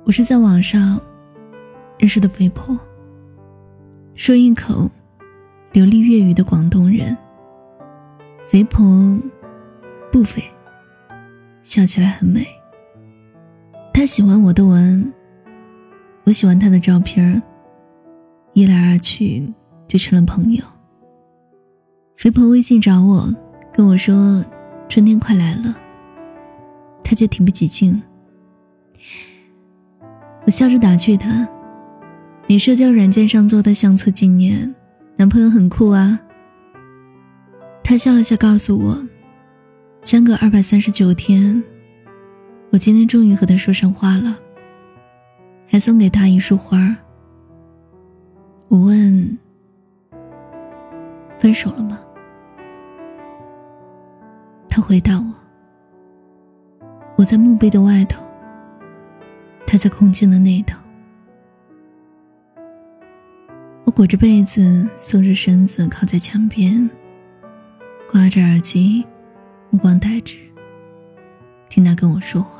我是在网上认识的肥婆，说一口流利粤语的广东人。肥婆不肥，笑起来很美。她喜欢我的文，我喜欢她的照片，一来二去就成了朋友。肥婆微信找我，跟我说春天快来了，她却提不起劲。我笑着打趣她，你社交软件上做的相册纪念，男朋友很酷啊。她笑了笑告诉我，相隔239天，我今天终于和他说上话了，还送给他一束花。我问，分手了吗？他回答我在墓碑的外头，他在空间的那头。我裹着被子，缩着身子靠在墙边，挂着耳机，目光呆滞，听他跟我说话。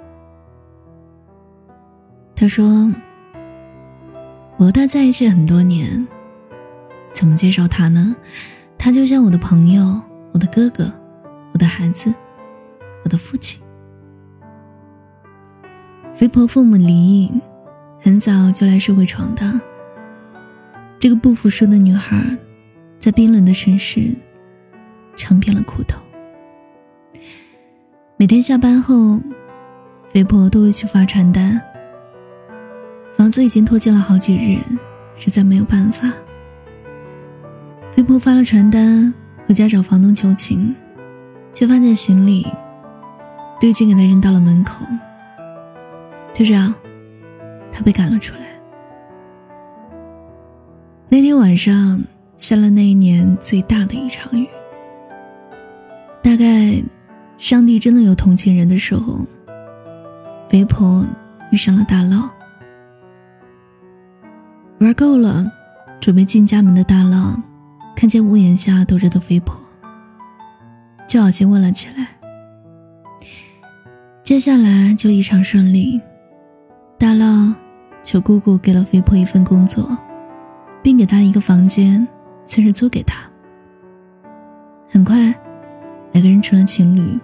他说，我和他在一起很多年，怎么介绍他呢？他就像我的朋友，我的哥哥，我的孩子，我的父亲。肥婆父母离异，很早就来社会闯荡。这个不服输的女孩，在冰冷的城市尝遍了苦头。每天下班后，肥婆都会去发传单。房子已经拖欠了好几日，实在没有办法。肥婆发了传单，回家找房东求情，却发现行李都已经给他扔到了门口。就这样，他被赶了出来。那天晚上下了那一年最大的一场雨。大概上帝真的有同情人的时候，肥婆遇上了大涝。玩够了，准备进家门的大涝看见屋檐下躲着的肥婆，就好心问了起来。接下来就异常顺利，大涝求姑姑给了肥婆一份工作，并给她一个房间，算是租给她。很快两个人成了情侣。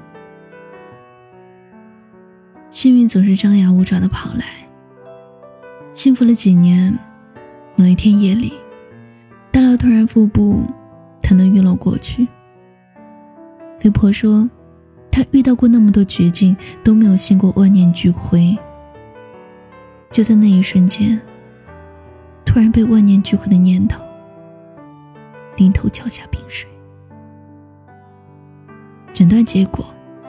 幸运总是张牙舞爪地跑来。幸福了几年，某一天夜里，大涝突然腹部疼得晕了过去。肥婆说，她遇到过那么多绝境，都没有信过万念俱灰。就在那一瞬间，突然被万念俱灰的念头淋头浇下冰水。诊断结果，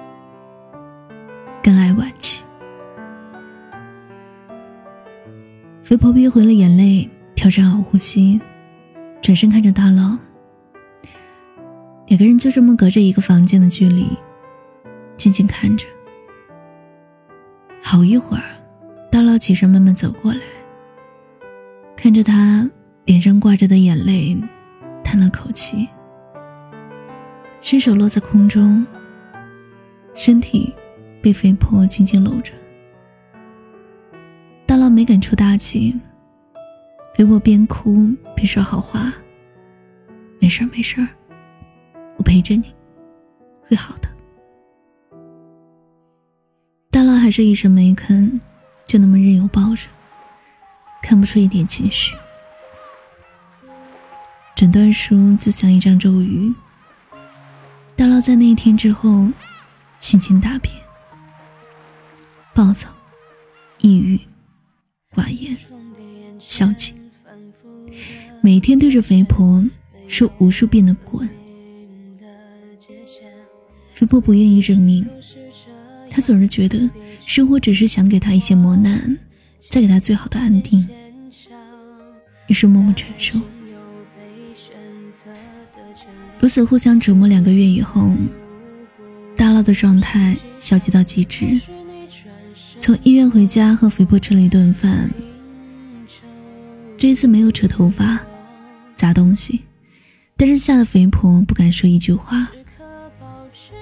肝癌晚期。肥婆憋回了眼泪，调整好呼吸，转身看着大涝。两个人就这么隔着一个房间的距离，静静看着。好一会儿，大涝起身慢慢走过来，看着他脸上挂着的眼泪，叹了口气，伸手落在空中，身体被肥婆紧紧搂着。大涝没敢出大气，肥婆边哭边说好话，没事没事，我陪着你，会好的。大涝还是一声没吭，就那么任由抱着，看不出一点情绪。诊断书就像一张咒语，大涝在那一天之后心情大变，暴躁、抑郁、寡言、消极，每天对着肥婆说无数遍的滚。肥婆不愿意认命，她总是觉得生活只是想给她一些磨难，再给她最好的安定，于是默默承受。如此互相折磨2个月以后，大涝的状态消极到极致。从医院回家和肥婆吃了一顿饭，这一次没有扯头发、砸东西，但是吓得肥婆不敢说一句话。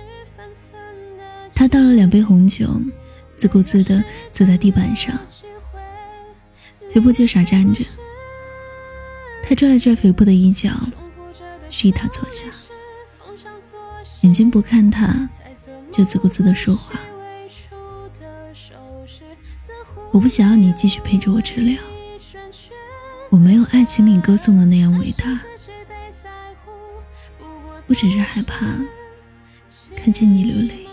她倒了2杯红酒，自顾自地坐在地板上， 肥婆就傻站着，他拽了拽肥婆的衣角，示意他坐下，眼睛不看他，就自顾自地说话。我不想要你继续陪着我治疗，我没有爱情里歌颂的那样伟大，我只是害怕看见你流泪，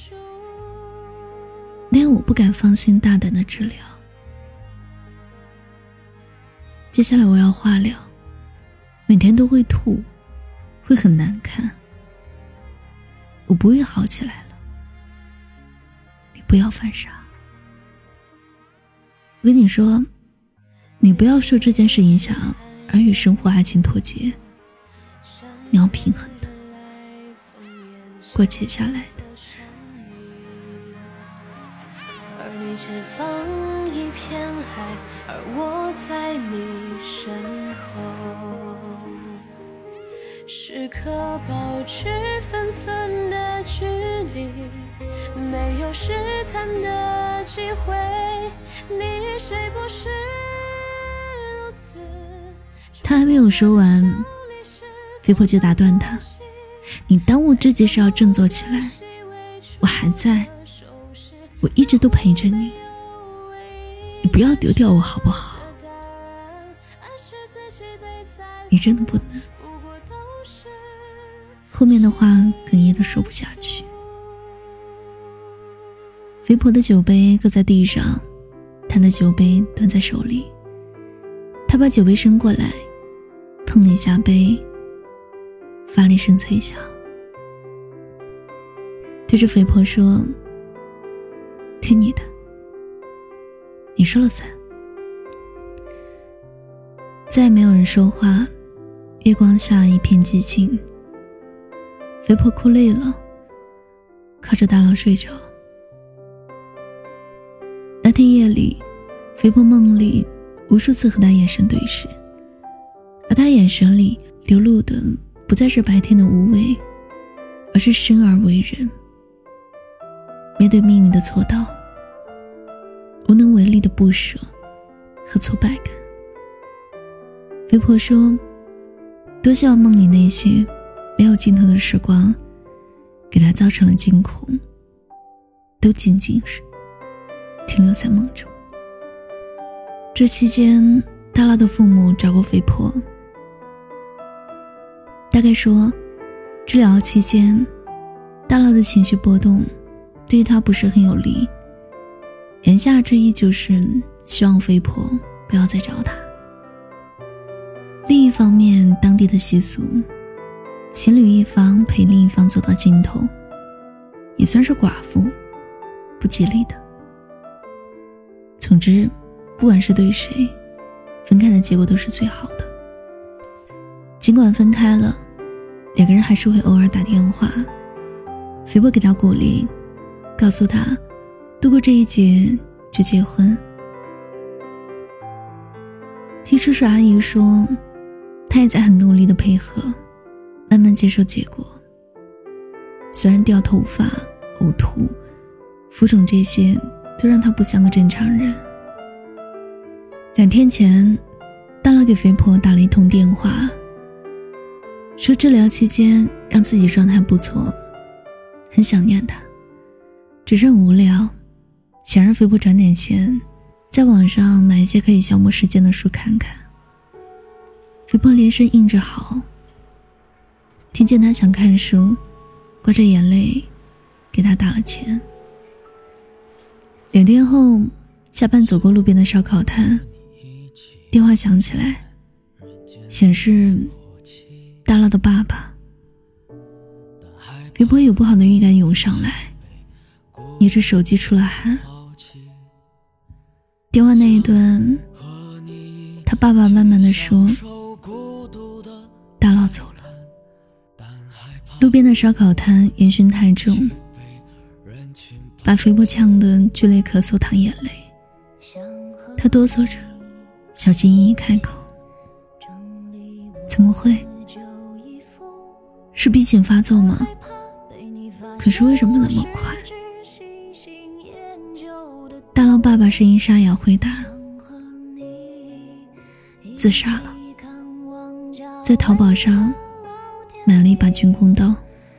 那样我不敢放心大胆的治疗。接下来我要化疗，每天都会吐，会很难看，我不会好起来了，你不要犯傻。我跟你说，你不要受这件事影响而与生活爱情脱节，你要平衡的过接下来的。 而你前方一片海，而我在你身后，时刻保持分寸的距离，没有试探的机会，你与谁不是如此。 他还没有说完，肥婆就打断他，你当务之急是要振作起来，我还在，我一直都陪着你，你不要丢掉我好不好？你真的不能。后面的话哽咽的说不下去。肥婆的酒杯搁在地上，她的酒杯端在手里，她把酒杯伸过来，碰了一下杯，发了一声脆响，对着肥婆说，听你的，你说了算。再没有人说话，月光下一片寂静。肥婆哭累了，靠着大牢睡着。那天夜里，肥婆梦里无数次和他眼神对视，而他眼神里流露的不再是白天的无畏，而是生而为人，面对命运的错道，无能为力的不舍和挫败感。肥婆说，多希望梦里那些没有尽头的时光给他造成了惊恐，都仅仅是停留在梦中。这期间，大佬的父母找过肥婆，大概说治疗期间大佬的情绪波动对于他不是很有利，言下之意就是希望肥婆不要再找他。另一方面，当地的习俗，情侣一方陪另一方走到尽头，也算是寡妇，不吉利的。总之，不管是对谁，分开的结果都是最好的。尽管分开了，两个人还是会偶尔打电话。肥婆给他鼓励，告诉他度过这一劫就结婚。听叔叔阿姨说，他也在很努力的配合，慢慢接受结果。虽然掉头发、呕吐、浮肿这些都让他不像个正常人。2天前，大佬给肥婆打了一通电话，说治疗期间让自己状态不错，很想念他，只是很无聊，想让肥婆转点钱，在网上买一些可以消磨时间的书看看。肥婆连声应着好，听见他想看书，挂着眼泪给他打了钱。2天后，下班走过路边的烧烤摊，电话响起来，显示大佬的爸爸。肥婆有不好的预感涌上来，捏着手机出了汗。电话那一端，他爸爸慢慢地说，大佬走了。路边的烧烤摊烟熏太重，把肥婆呛得剧烈咳嗽淌眼泪。他哆嗦着，小心翼翼开口，怎么会？是病情发作吗？可是为什么那么快？大佬爸爸声音沙哑回答， 自杀了，在淘宝上买了一把军工刀。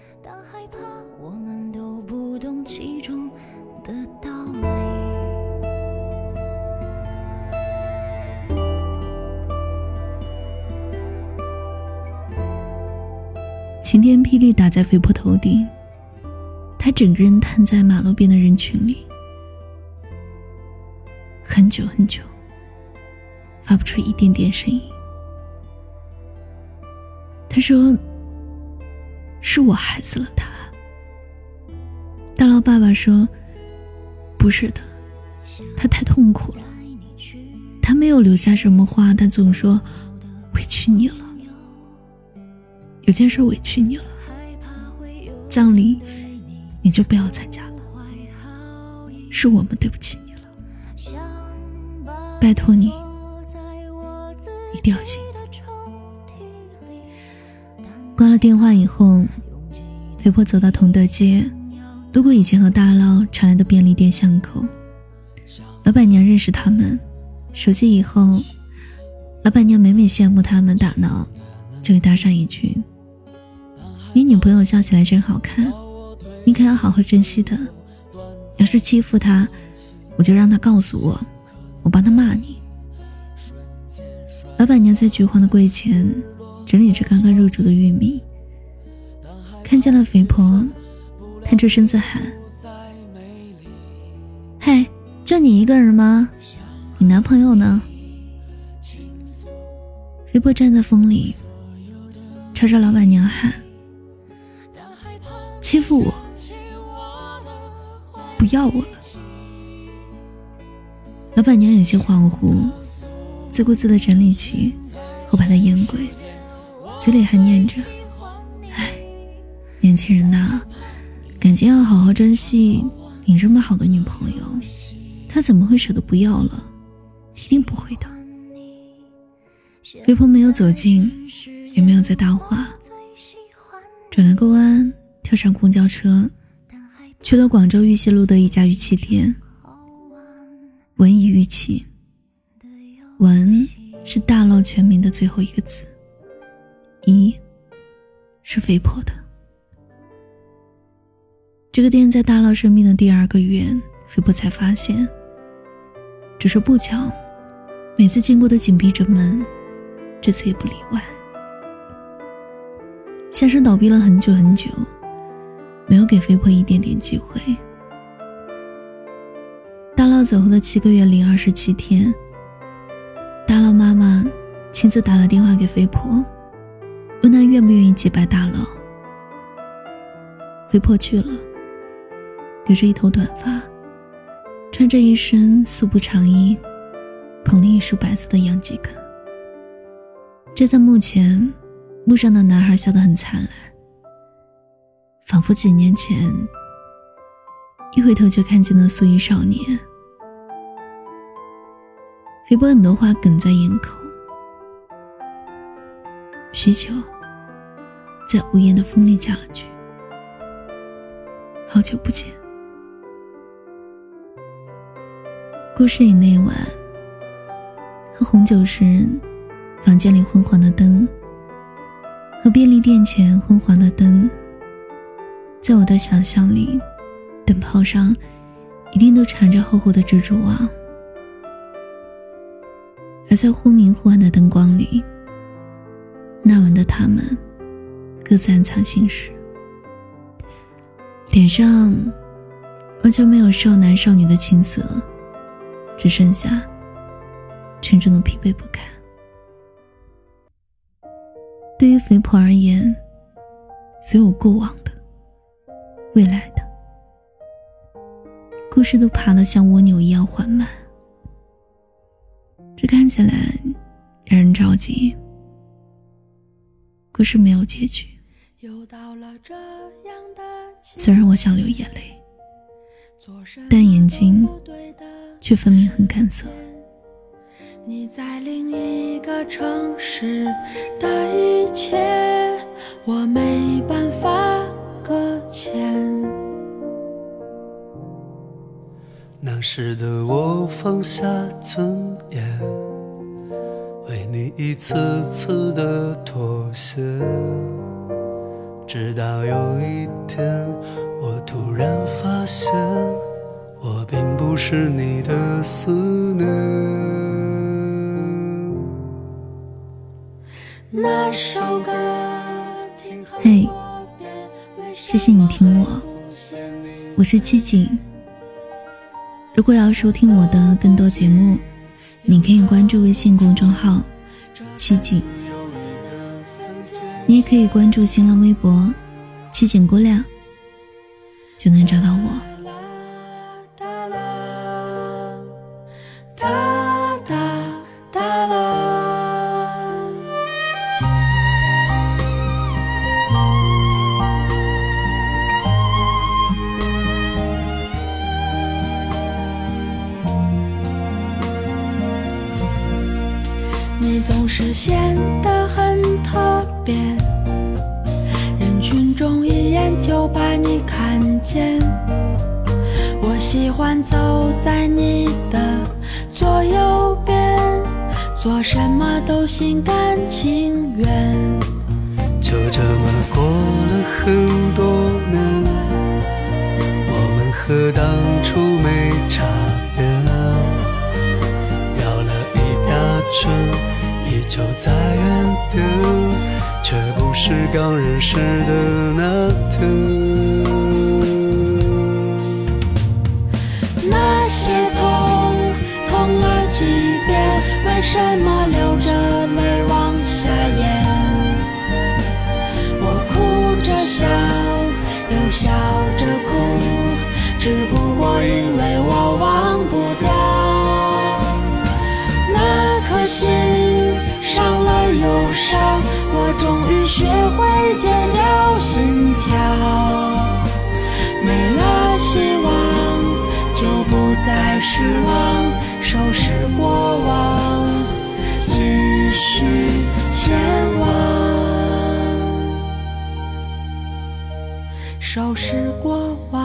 晴天霹雳打在肥婆头顶，他整个人瘫在马路边的人群里，很久很久，发不出一点点声音。他说，是我害死了他。大佬爸爸说，不是的，他太痛苦了，他没有留下什么话，他总说委屈你了，有件事委屈你了，葬礼你就不要参加了，是我们对不起你了，拜托你一定要幸福。挂了电话以后，肥婆走到同德街，路过以前和大佬常来的便利店巷口，老板娘认识他们，熟悉以后，老板娘每每羡慕他们打闹，就会搭上一句，你女朋友笑起来真好看，你可要好好珍惜的，要是欺负她，我就让她告诉我，我帮她骂你。老板娘在橘黄的柜前整理着刚刚入煮的玉米，看见了肥婆，探出身子喊，嘿，就你一个人吗？你男朋友呢？肥婆站在风里，朝着老板娘喊，欺负我，不要我了。老板娘有些恍惚，自顾自地整理起后排的烟柜，嘴里还念着，唉，年轻人呐，感情要好好珍惜，你这么好的女朋友，她怎么会舍得不要了？一定不会的。肥婆没有走近，也没有再搭话，转了个弯，跳上公交车，去了广州玉溪路的一家玉器店。文艺玉器，文是大佬全名的最后一个字，一是肥婆的。这个店在大佬生病的第2个月，肥婆才发现，只是不巧，每次经过都紧闭着门，这次也不例外。像是倒闭了很久很久，没有给肥婆一点点机会。大佬走后的7个月零27天，大佬妈妈亲自打了电话给肥婆，问她愿不愿意祭拜大佬。肥婆去了，留着一头短发，穿着一身素布长衣，捧了一束白色的洋桔梗。站在墓前，墓上的男孩笑得很灿烂，仿佛几年前一回头就看见了素衣少年。肥婆很多话哽在咽口，许久，在无言的风里加了句，好久不见。故事里那晚，喝红酒时，房间里昏黄的灯，和便利店前昏黄的灯，在我的想象里，灯泡上一定都缠着厚厚的蜘蛛网。而在忽明忽暗的灯光里，那晚的他们各自暗藏心事，脸上完全没有少男少女的青涩，只剩下沉重的疲惫不堪。对于肥婆而言，所有过往的、未来的故事都爬得像蜗牛一样缓慢，这看起来让人着急。故事没有结局，虽然我想流眼泪，但眼睛却分明很干涩。 你在另一个城市的一切，我没办法搁浅。 那时的我放下尊严，为你你一次次的妥协，直到有一天我突然发现，我并不是你的思念。那首歌听很多遍， 谢谢你听我是七景。如果要收听我的更多节目，你可以关注微信公众号七景，你也可以关注新浪微博七景姑娘，就能找到我。 你总是显得很特别，人群中一眼就把你看见。我喜欢走在你的左右边，做什么都心甘情愿。 就这么过了很多年，我们和当初没差别，绕了一大圈，依旧在原点，却不是刚认识的那天。 那些痛了几遍，为什么流着泪往下咽？我哭着笑，又笑着哭，只不过因为我忘不掉那颗心，伤了又伤，我终于学会戒掉心跳。没了希望，就不再失望，收拾过往，继续前往，收拾过往。